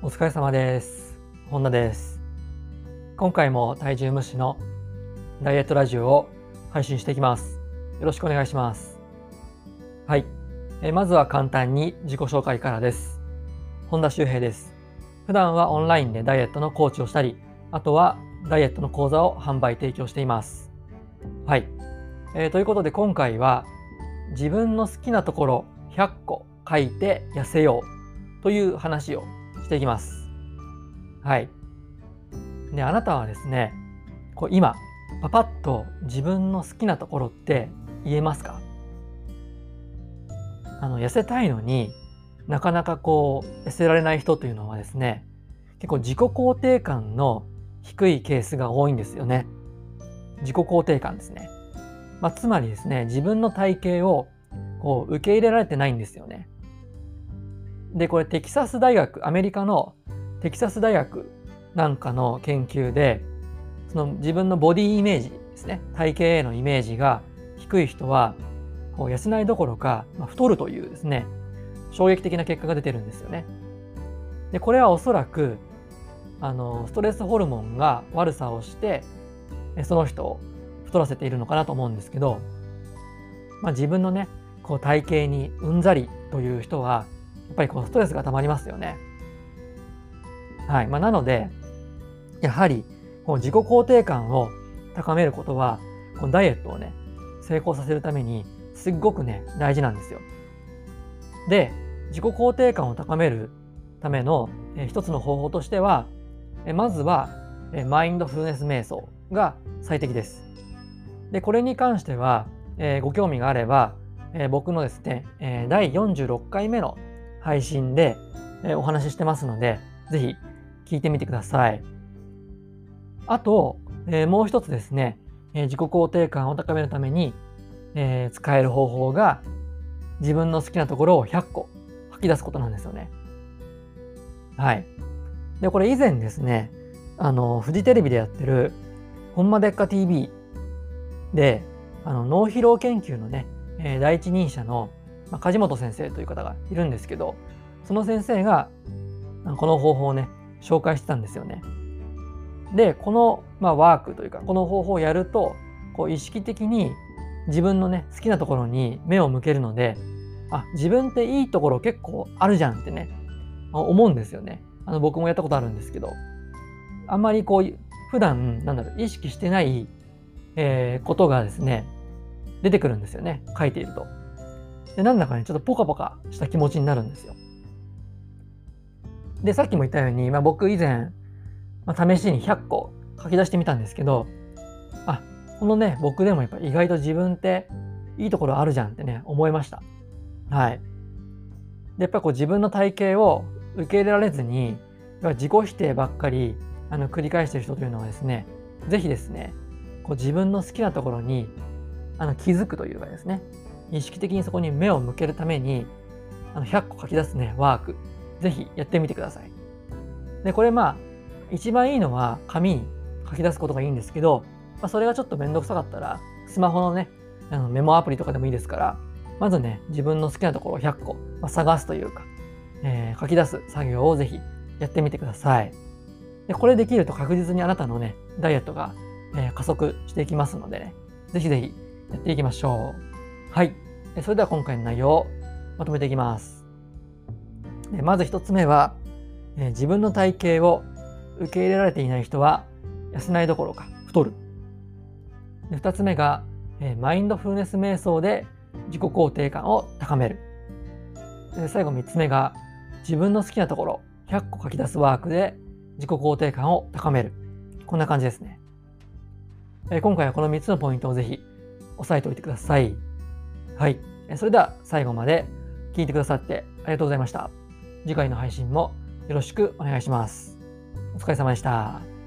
お疲れ様です。本田です。今回も体重無視のダイエットラジオを配信していきます。よろしくお願いします。はい。まずは簡単に自己紹介からです。本田修平です。普段はオンラインでダイエットのコーチをしたり、あとはダイエットの講座を販売提供しています。はい。ということで今回は自分の好きなところ100個書いて痩せようという話をしていきます。はい。で、あなたはですね、今パパッと自分の好きなところって言えますか？痩せたいのになかなか痩せられない人というのはですね、結構自己肯定感の低いケースが多いんですよね。自己肯定感ですね。つまりですね、自分の体型を受け入れられてないんですよね。で、これアメリカのテキサス大学なんかの研究で、その自分のボディイメージですね、体型へのイメージが低い人は痩せないどころか、太るというですね、衝撃的な結果が出てるんですよね。で、これはおそらくストレスホルモンが悪さをしてその人を太らせているのかなと思うんですけど、自分のね体型にうんざりという人はやっぱりストレスがたまりますよね。はい。なのでやはり自己肯定感を高めることはダイエットをね成功させるためにすっごくね大事なんですよ。で、自己肯定感を高めるための一つの方法としては、まずはマインドフルネス瞑想が最適です。で、これに関してはご興味があれば僕のですね第46回目の配信でお話ししてますので、ぜひ聞いてみてください。あともう一つですね、自己肯定感を高めるために使える方法が、自分の好きなところを100個吐き出すことなんですよね。はい。で、これ以前ですね、フジテレビでやってるほんまでっか TV で脳疲労研究のね第一人者の梶本先生という方がいるんですけど、その先生がこの方法をね紹介してたんですよね。で、このワークというかこの方法をやると意識的に自分のね好きなところに目を向けるので、自分っていいところ結構あるじゃんってね思うんですよね。僕もやったことあるんですけど、あんまり普段意識してない、ことがですね出てくるんですよね、書いていると。で、なんだかねちょっとポカポカした気持ちになるんですよ。で、さっきも言ったように、僕以前、試しに100個書き出してみたんですけど、このね僕でもやっぱ意外と自分っていいところあるじゃんってね思いました。はい。で、やっぱり自分の体型を受け入れられずに自己否定ばっかり繰り返している人というのはですね、ぜひですね自分の好きなところに気づくというかですね、意識的にそこに目を向けるために100個書き出すねワーク、ぜひやってみてください。で、これ一番いいのは紙に書き出すことがいいんですけど、それがちょっとめんどくさかったらスマホのねメモアプリとかでもいいですから、まずね自分の好きなところを100個、探すというか、書き出す作業をぜひやってみてください。で、これできると確実にあなたのねダイエットが、加速していきますのでね、ぜひぜひやっていきましょう。はい。それでは今回の内容をまとめていきます。まず一つ目は、自分の体型を受け入れられていない人は痩せないどころか太る。で、二つ目が、マインドフルネス瞑想で自己肯定感を高める。で、最後三つ目が、自分の好きなところ100個書き出すワークで自己肯定感を高める。こんな感じですね。今回はこの3つのポイントをぜひ押さえておいてください。はい。それでは最後まで聞いてくださってありがとうございました。次回の配信もよろしくお願いします。お疲れ様でした。